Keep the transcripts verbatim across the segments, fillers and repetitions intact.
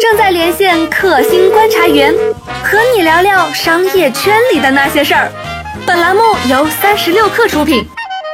正在连线克星观察员，和你聊聊商业圈里的那些事儿。本栏目由三十六氪出品。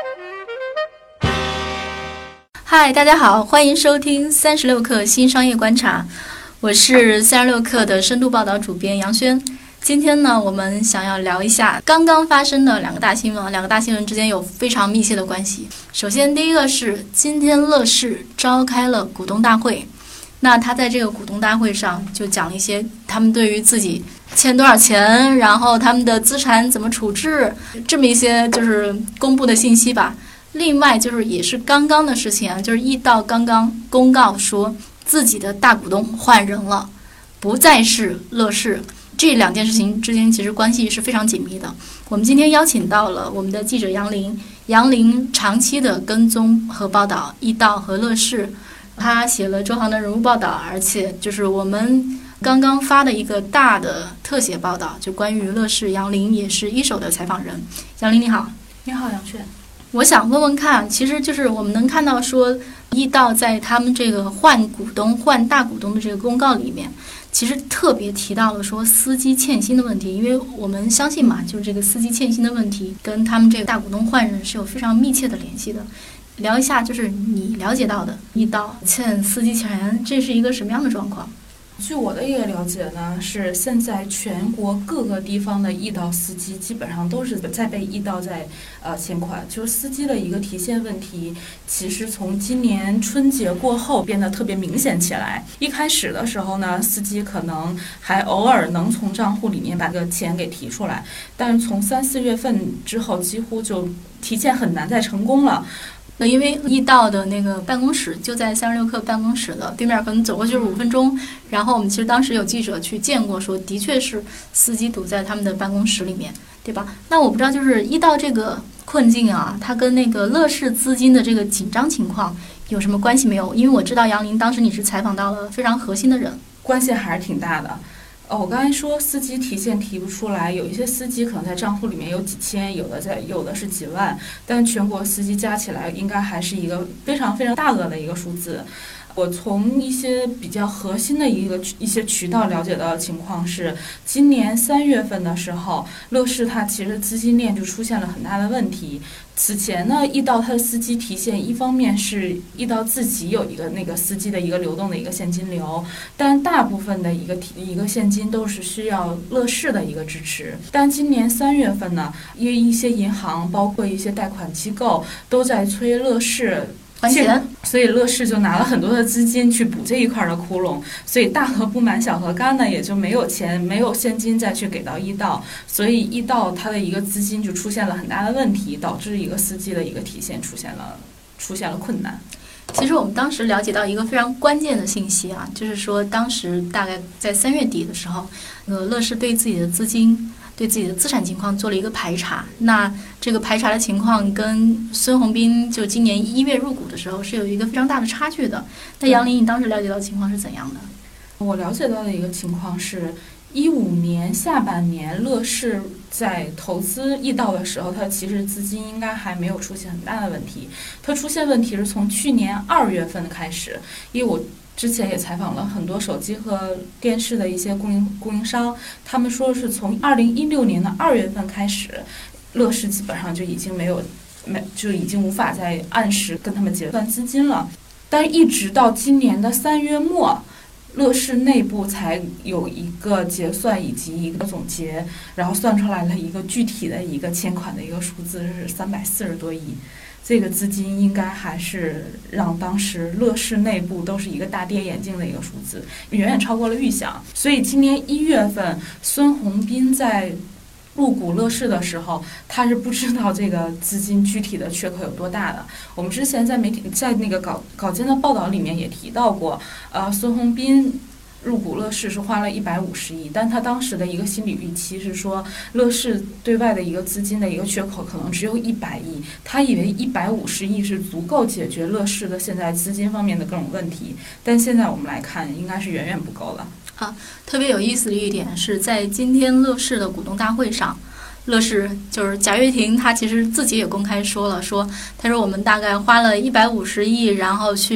嗨，大家好，欢迎收听三十六氪新商业观察，我是三十六氪的深度报道主编杨轩。今天呢，我们想要聊一下刚刚发生的两个大新闻，两个大新闻之间有非常密切的关系。首先，第一个是今天乐视召开了股东大会，那他在这个股东大会上就讲了一些他们对于自己欠多少钱，然后他们的资产怎么处置，这么一些就是公布的信息吧。另外就是也是刚刚的事情啊，就是易到刚刚公告说自己的大股东换人了，不再是乐视。这两件事情之间其实关系是非常紧密的。我们今天邀请到了我们的记者杨林，杨林长期的跟踪和报道易到和乐视，他写了周航的人物报道，而且就是我们刚刚发的一个大的特写报道，就关于乐视，杨林也是一手的采访人。杨林你好。 你好杨轩。 我想问问看，其实就是我们能看到说易到在他们这个换股东换大股东的这个公告里面，其实特别提到了说司机欠薪的问题，因为我们相信嘛，就是这个司机欠薪的问题跟他们这个大股东换人是有非常密切的联系的。聊一下就是你了解到的易到欠司机钱，这是一个什么样的状况？ 据我的一个了解呢，是现在全国各个地方的易到司机基本上都是在被易到在呃欠款，就是司机的一个提现问题，其实从今年春节过后变得特别明显起来。一开始的时候呢，司机可能还偶尔能从账户里面把这个钱给提出来，但是从三四月份之后，几乎就提现很难再成功了。 那因为易到的那个办公室就在三十六氪办公室的对面，可能走过去就是五分钟。然后我们其实当时有记者去见过，说的确是司机堵在他们的办公室里面，对吧？那我不知道就是易到这个困境啊，它跟那个乐视资金的这个紧张情况有什么关系没有？因为我知道杨林当时你是采访到了非常核心的人， 关系还是挺大的。哦，我刚才说司机提现提不出来，有一些司机可能在账户里面有几千，有的在有的是几万，但全国司机加起来应该还是一个非常非常大额的一个数字。我从一些比较核心的一个一些渠道了解到的情况是，今年三月份的时候，乐视它其实资金链就出现了很大的问题。此前呢，易到它的司机提现，一方面是易到自己有一个那个司机的一个流动的一个现金流，但大部分的一个一个现金都是需要乐视的一个支持。但今年三月份呢，因为一些银行包括一些贷款机构都在催乐视还钱， 所以乐视就拿了很多的资金去补这一块的窟窿，所以大河不满小河干呢，也就没有钱没有现金再去给到易到，所以易到它的一个资金就出现了很大的问题，导致一个司机的一个提现出现了出现了困难。 其实我们当时了解到一个非常关键的信息啊，就是说当时大概在三月底的时候，呃，乐视对自己的资金对自己的资产情况做了一个排查，那这个排查的情况跟孙宏斌就今年一月入股的时候是有一个非常大的差距的。那杨林，你当时了解到的情况是怎样的？ 我了解到的一个情况是，一五年下半年乐视在投资易到的时候，它其实资金应该还没有出现很大的问题。它出现问题是从去年二月份开始，因为我之前也采访了很多手机和电视的一些供应供应商，他们说是从二零一六年的二月份开始，乐视基本上就已经没有没就已经无法再按时跟他们结算资金了。但是一直到今年的三月末，乐视内部才有一个结算以及一个总结，然后算出来了一个具体的一个欠款的一个数字是三百四十多亿。这个资金应该还是让当时乐视内部都是一个大跌眼镜的一个数字，远远超过了预想。所以今年一月份，孙宏斌在入股乐视的时候，他是不知道这个资金具体的缺口有多大的。我们之前在媒体在那个稿稿件的报道里面也提到过，呃，孙宏斌入股乐视是花了一百五十亿，但他当时的一个心理预期是说，乐视对外的一个资金的一个缺口可能只有一百亿，他以为一百五十亿是足够解决乐视的现在资金方面的各种问题，但现在我们来看，应该是远远不够了。 好，特别有意思的一点是在今天乐视的股东大会上，乐视就是贾跃亭，他其实自己也公开说了，说他说我们大概花了一百五十亿，然后去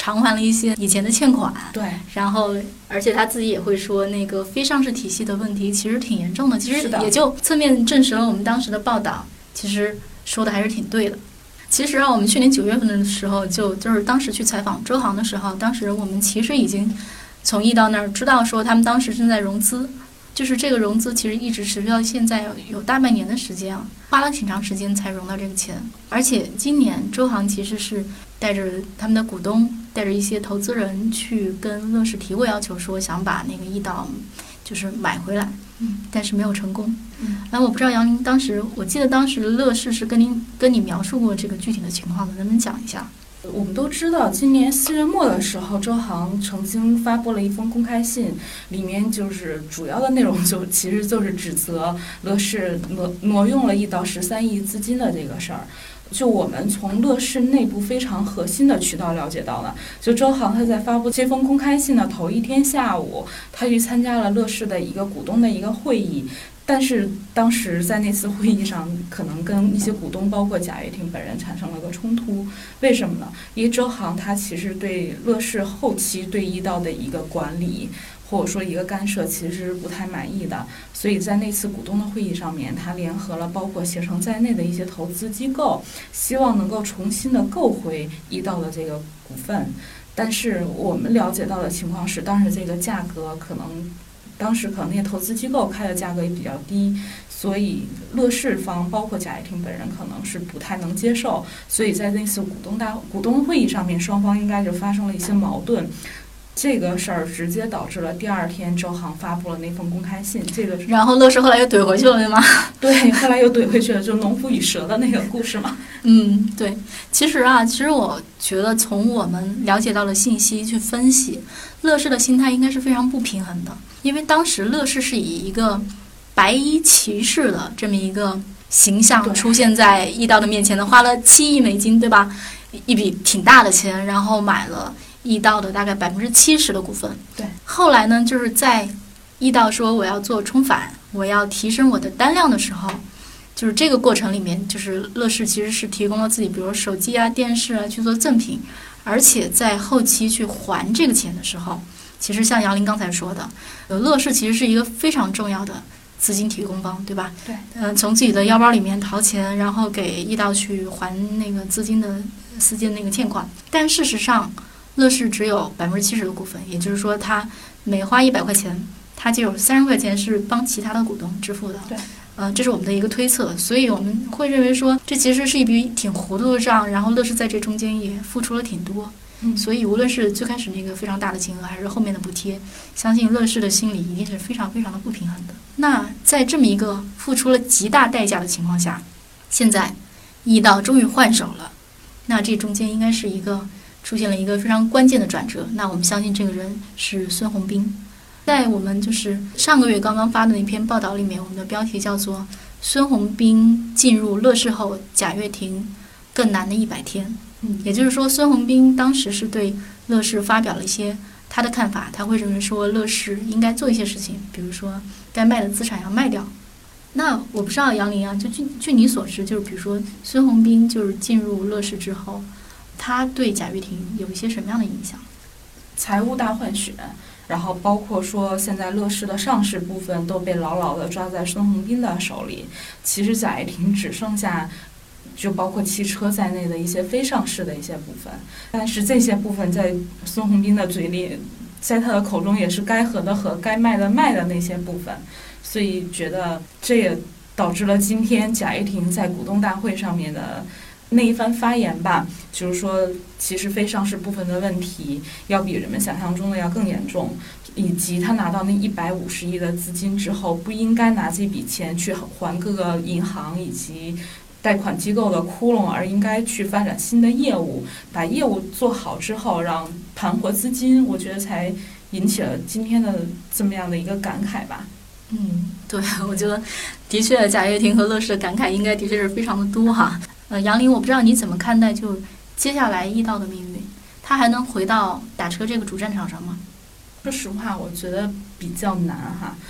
偿还了一些以前的欠款。 对， 然后而且他自己也会说，那个非上市体系的问题其实挺严重的，其实也就侧面证实了我们当时的报道，其实说的还是挺对的。其实啊，我们去年九月份的时候，就就是当时去采访周航的时候，当时我们其实已经从易到那儿知道说他们当时正在融资，就是这个融资其实一直持续到现在有大半年的时间啊，花了挺长时间才融到这个钱。而且今年周航其实是带着他们的股东，带着一些投资人去跟乐视提过要求，说想把那个易到就是买回来，嗯，但是没有成功。嗯，然后我不知道杨林当时，我记得当时乐视是跟您跟你描述过这个具体的情况的，能不能讲一下？ 我们都知道，今年四月末的时候，周航曾经发布了一封公开信，里面就是主要的内容就其实就是指责乐视挪挪用了易到十三亿资金的这个事儿。就我们从乐视内部非常核心的渠道了解到了，就周航他在发布这封公开信的头一天下午，他去参加了乐视的一个股东的一个会议。但是当时在那次会议上，可能跟一些股东，包括贾跃亭本人产生了个冲突。为什么呢？因为周航他其实对乐视后期对易到的一个管理，或者说一个干涉，其实是不太满意的。所以在那次股东的会议上面，他联合了包括携程在内的一些投资机构，希望能够重新的购回易到的这个股份。但是我们了解到的情况是，当时这个价格可能。当时可能那些投资机构开的价格也比较低，所以乐视方包括贾跃亭本人可能是不太能接受，所以在那次股东大股东会议上面，双方应该就发生了一些矛盾。这个事儿直接导致了第二天周航发布了那封公开信，这个然后乐视后来又怼回去了，对吗？ 对，后来又怼回去了，就农夫与蛇的那个故事嘛。 嗯，对。其实啊，其实我觉得从我们了解到的信息去分析，乐视的心态应该是非常不平衡的，因为当时乐视是以一个白衣骑士的这么一个形象出现在易到的面前的，花了七亿美金，对吧？一笔挺大的钱，然后买了易到的大概百分之七十的股份。 对， 后来呢，就是在易到说我要做冲反，我要提升我的单量的时候，就是这个过程里面，就是乐视其实是提供了自己，比如手机啊、电视啊去做赠品，而且在后期去还这个钱的时候，其实像杨林刚才说的，呃，乐视其实是一个非常重要的资金提供方，对吧？ 对， 嗯、呃，从自己的腰包里面掏钱，然后给易到去还那个资金的资金的那个欠款，但事实上。乐视只有百分之七十的股份，也就是说，他每花一百块钱，他就有三十块钱是帮其他的股东支付的。 对， 呃，这是我们的一个推测，所以我们会认为说，这其实是一笔挺糊涂的账，然后乐视在这中间也付出了挺多。嗯，所以无论是最开始那个非常大的金额，还是后面的补贴，相信乐视的心理一定是非常非常的不平衡的。那在这么一个付出了极大代价的情况下，现在易到终于换手了，那这中间应该是一个。出现了一个非常关键的转折，那我们相信这个人是孙宏斌。在我们就是上个月刚刚发的那篇报道里面，我们的标题叫做孙宏斌进入乐视后，贾跃亭更难的一百天。嗯，也就是说，孙宏斌当时是对乐视发表了一些他的看法，他会认为说乐视应该做一些事情，比如说该卖的资产要卖掉。那我不知道杨林啊，就据据你所知，就是比如说孙宏斌就是进入乐视之后。他对贾跃亭有一些什么样的影响？ 财务大换血，然后包括说现在乐视的上市部分都被牢牢地抓在孙宏斌的手里。其实贾跃亭只剩下就包括汽车在内的一些非上市的一些部分，但是这些部分在孙宏斌的嘴里，在他的口中也是该合的合，该卖的卖的那些部分。所以觉得这也导致了今天贾跃亭在股东大会上面的那一番发言吧，就是说其实非上市部分的问题要比人们想象中的要更严重，以及他拿到那一百五十亿的资金之后，不应该拿这笔钱去还各个银行以及贷款机构的窟窿，而应该去发展新的业务，把业务做好之后让盘活资金，我觉得才引起了今天的这么样的一个感慨吧。 嗯，对，我觉得的确贾跃亭和乐视的感慨应该的确是非常的多哈。呃，杨林，我不知道你怎么看待就接下来易到的命运，他还能回到打车这个主战场上吗？ 说实话，我觉得比较难哈。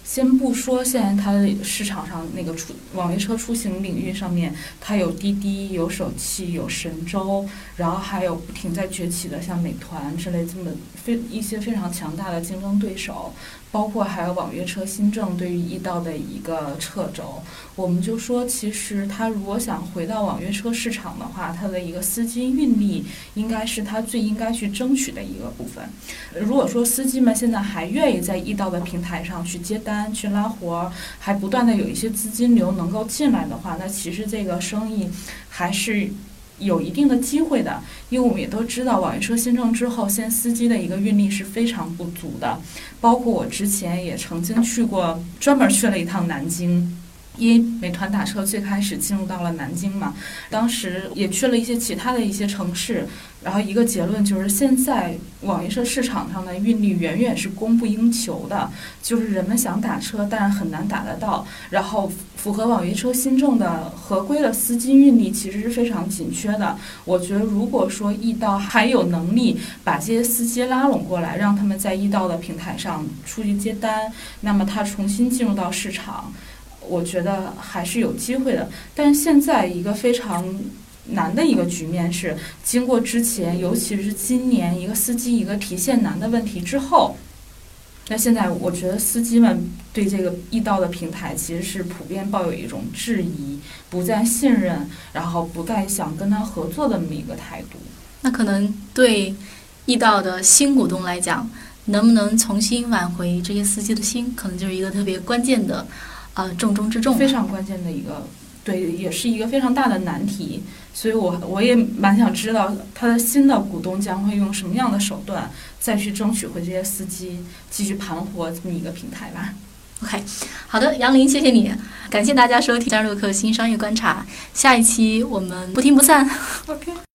先不说现在它的市场上那个出网约车出行领域上面，它有滴滴、有首汽、有神州，然后还有不停在崛起的像美团之类这么非一些非常强大的竞争对手，包括还有网约车新政对于易到的一个掣肘。我们就说，其实它如果想回到网约车市场的话，它的一个司机运力应该是它最应该去争取的一个部分。如果说司机们现在还愿意在易到的平台上去接单、去拉活，还不断的有一些资金流能够进来的话，那其实这个生意还是有一定的机会的。因为我们也都知道，网约车新政之后，现在司机的一个运力是非常不足的。包括我之前也曾经去过，专门去了一趟南京。因为美团打车最开始进入到了南京嘛，当时也去了一些其他的一些城市，然后一个结论就是现在网约车市场上的运力远远是供不应求的，就是人们想打车但是很难打得到，然后符合网约车新政的合规的司机运力其实是非常紧缺的。我觉得如果说易到还有能力把这些司机拉拢过来，让他们在易到的平台上出去接单，那么他重新进入到市场，我觉得还是有机会的。但是现在一个非常难的一个局面是，经过之前尤其是今年一个司机一个提现难的问题之后，那现在我觉得司机们对这个易到的平台其实是普遍抱有一种质疑，不再信任，然后不再想跟他合作的这么一个态度。 那可能对易到的新股东来讲，能不能重新挽回这些司机的心，可能就是一个特别关键的呃，重中之重， 非常关键的一个，对，也是一个非常大的难题。所以我我也蛮想知道，他的新的股东将会用什么样的手段，再去争取回这些司机，继续盘活这么一个平台吧。 OK， 好的，杨林，谢谢你，感谢大家收听三十六氪新商业观察，下一期我们不听不散。 OK。